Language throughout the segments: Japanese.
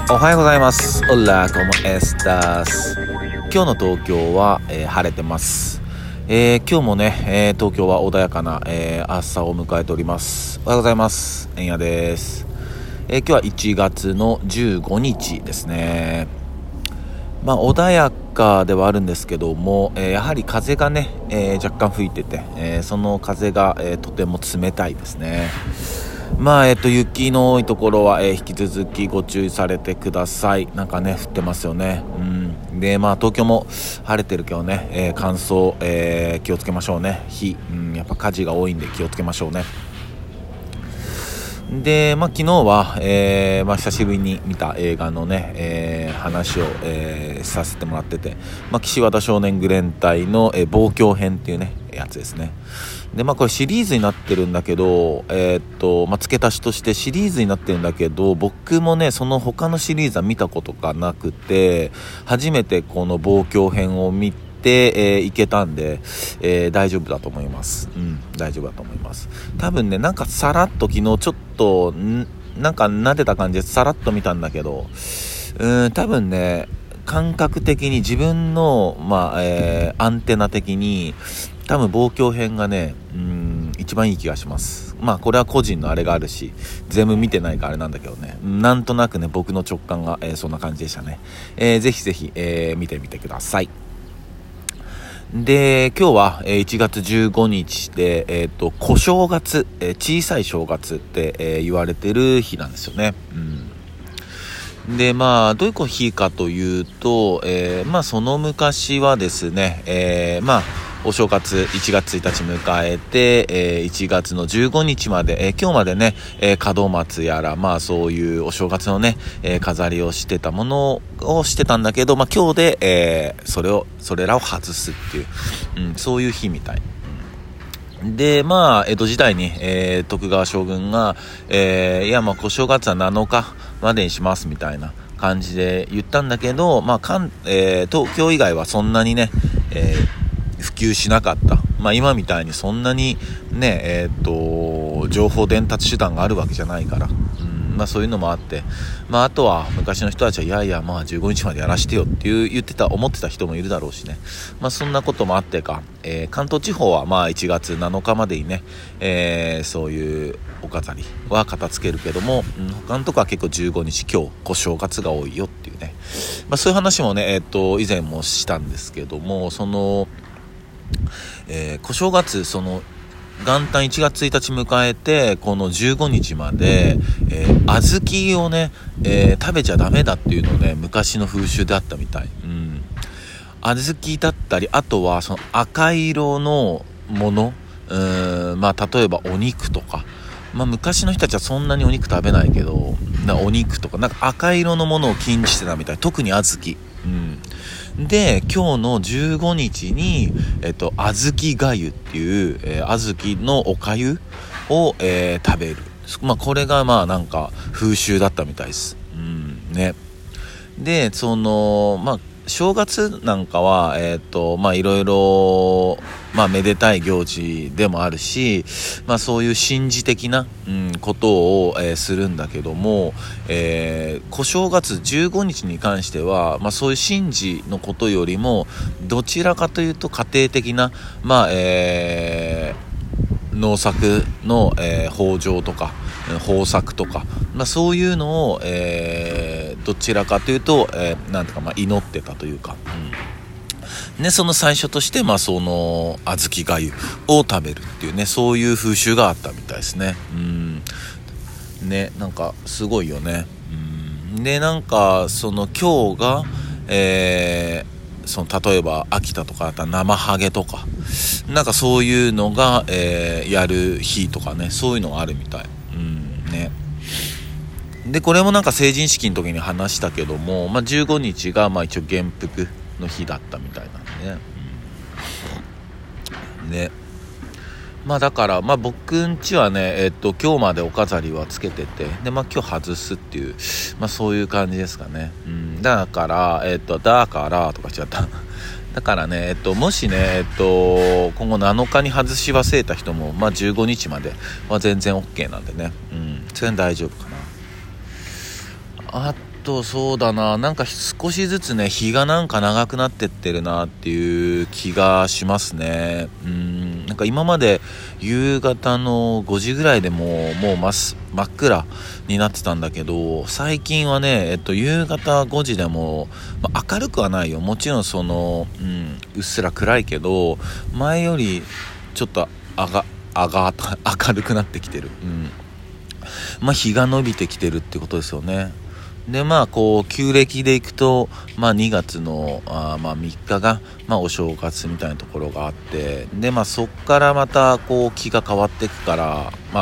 おはようございます。オラコモエスタス。今日の東京は、晴れてます。今日もね、東京は穏やかな、朝を迎えております。おはようございます。えんやです。今日は1月の15日ですね。穏やかではあるんですけども、やはり風がね、若干吹いてて、その風が、とても冷たいですね。雪の多いところは、引き続きご注意されてください。なんかね、降ってますよね。で、東京も晴れてるけどね、乾燥、気をつけましょうね。やっぱ火事が多いんで気をつけましょうね。で、昨日は、久しぶりに見た映画のね、話を、させてもらってて、岸和田少年愚連隊の、望郷編っていうね、やつですね。で、これシリーズになってるんだけど、付け足しとしてシリーズになってるんだけど、僕もね、その他のシリーズは見たことがなくて、初めてこの望郷編を見て、いけたんで、大丈夫だと思います。大丈夫だと思います。多分ね、なんかさらっと昨日ちょっとなんか撫でた感じでさらっと見たんだけど、多分ね、感覚的に自分のアンテナ的に多分望郷編がね、一番いい気がします。これは個人のあれがあるし、全部見てないからあれなんだけどね、なんとなくね、僕の直感が、そんな感じでしたね。ぜひぜひ、見てみてください。で、今日は1月15日で、小正月、小さい正月って、言われてる日なんですよね。で、どういう日かというと、その昔はですね、お正月1月1日迎えて、1月の15日まで、今日までね、門松やら、そういうお正月のね、飾りをしてたものをしてたんだけど、今日で、それらを外すっていう、そういう日みたい。で、江戸時代に、徳川将軍が、小正月は7日までにしますみたいな感じで言ったんだけど、東京以外はそんなにね、普及しなかった。今みたいにそんなにね、情報伝達手段があるわけじゃないから。そういうのもあって、あとは昔の人たちは15日までやらしてよって思ってた人もいるだろうしね。そんなこともあってか、関東地方は1月7日までにね、そういうお飾りは片付けるけども、他のとこは結構15日今日小正月が多いよっていうね。そういう話もね、以前もしたんですけども、その、小正月元旦1月1日迎えてこの15日まで、小豆をね、食べちゃダメだっていうのね、昔の風習であったみたい。小豆だったり、あとはその赤色のもの、例えばお肉とか、昔の人たちはそんなにお肉食べないけど、お肉とかなんか赤色のものを禁じてたみたい。特に小豆。で、今日の15日に、小豆がゆっていう、小豆のおかゆを、食べる。これがなんか風習だったみたいです。ね。で、正月なんかは、いろいろ、めでたい行事でもあるし、そういう神事的な、ことを、するんだけども、小正月15日に関しては、そういう神事のことよりも、どちらかというと家庭的な、農作の、豊穣とか豊作とか、そういうのを、どちらかというと、なんとか祈ってたというか、その最初として、その小豆がゆを食べるっていうね、そういう風習があったみたいですね。なんかすごいよね。で、なんかその今日が、例えば秋田とかだったら生ハゲとか、なんかそういうのが、やる日とかね、そういうのがあるみたい。で、これもなんか成人式の時に話したけども、15日が一応元服の日だったみたいなんでね。だから僕んちはね、今日までお飾りはつけてて、で今日外すっていう、そういう感じですかね。だからとか言っちゃっただからね、もしね、今後7日に外し忘れた人も、15日までは全然 OK なんでね。それ大丈夫かな。あそうだな、なんか少しずつね日がなんか長くなってってるなっていう気がしますね。なんか今まで夕方の5時ぐらいでもう真っ暗になってたんだけど、最近はね夕方5時でも、明るくはないよ、もちろんうっすら暗いけど前よりちょっと明るくなってきてる。日が伸びてきてるってことですよね。で旧暦でいくと、2月の3日が、お正月みたいなところがあって、でそっからまた気が変わっていくから、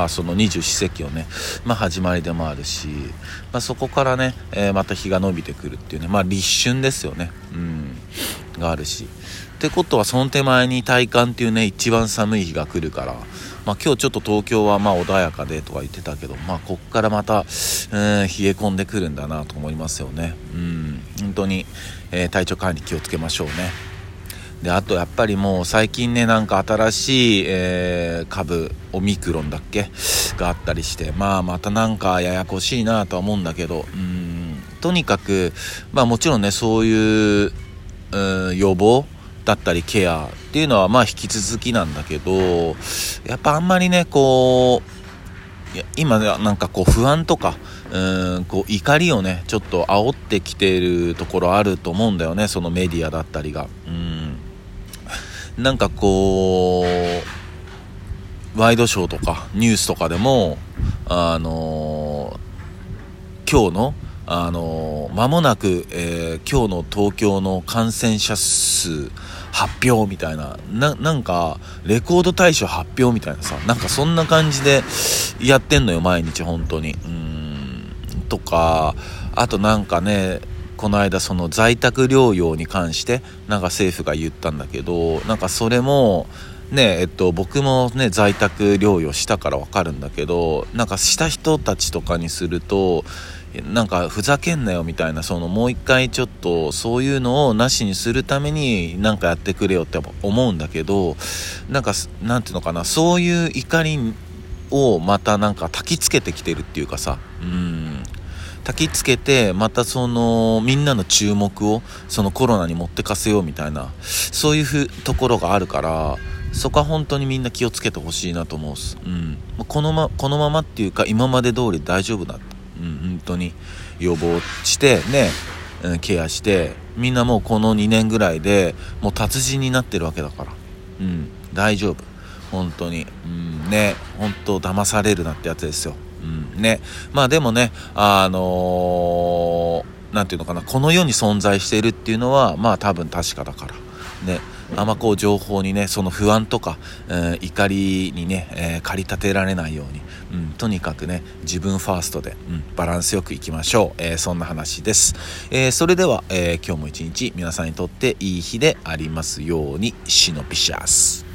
その二十四節気をね、始まりでもあるし、そこからね、また日が伸びてくるっていうね、立春ですよね、があるし、ってことはその手前に大寒っていうね一番寒い日が来るから、今日ちょっと東京は穏やかでとか言ってたけど、こっからまた、冷え込んでくるんだなと思いますよね。本当に、体調管理気をつけましょうね。であとやっぱりもう最近ねなんか新しい、株オミクロンだっけがあったりして、またなんかややこしいなとは思うんだけど、とにかくもちろんねそういう予防だったりケアっていうのは引き続きなんだけど、やっぱあんまりね今なんか不安とか怒りをねちょっと煽ってきているところあると思うんだよね、そのメディアだったりが。なんかワイドショーとかニュースとかでも今日の間もなく、今日の東京の感染者数発表みたいな、なんかレコード大賞発表みたいなさ、なんかそんな感じでやってんのよ毎日本当に。とかあとなんかねこの間その在宅療養に関してなんか政府が言ったんだけど、なんかそれもね僕もね在宅療養したから分かるんだけど、なんかした人たちとかにするとなんかふざけんなよみたいな、もう一回ちょっとそういうのをなしにするためになんかやってくれよって思うんだけど、なんかなんていうのかな、そういう怒りをまたなんか焚きつけてきてるっていうかさ、焚きつけてまたみんなの注目をコロナに持ってかせようみたいな、そういうところがあるから、そこは本当にみんな気をつけてほしいなと思うっす。このままっていうか今まで通り大丈夫だ。本当に予防してね、ケアしてみんなもうこの2年ぐらいでもう達人になってるわけだから、大丈夫本当に。ね、本当騙されるなってやつですよ。ね、でもねなんていうのかな、この世に存在しているっていうのは多分確かだからね、あんま情報にねその不安とか、怒りにね、駆り立てられないように、とにかくね自分ファーストで、バランスよくいきましょう。そんな話です。それでは、今日も一日皆さんにとっていい日でありますように。シノピシャス。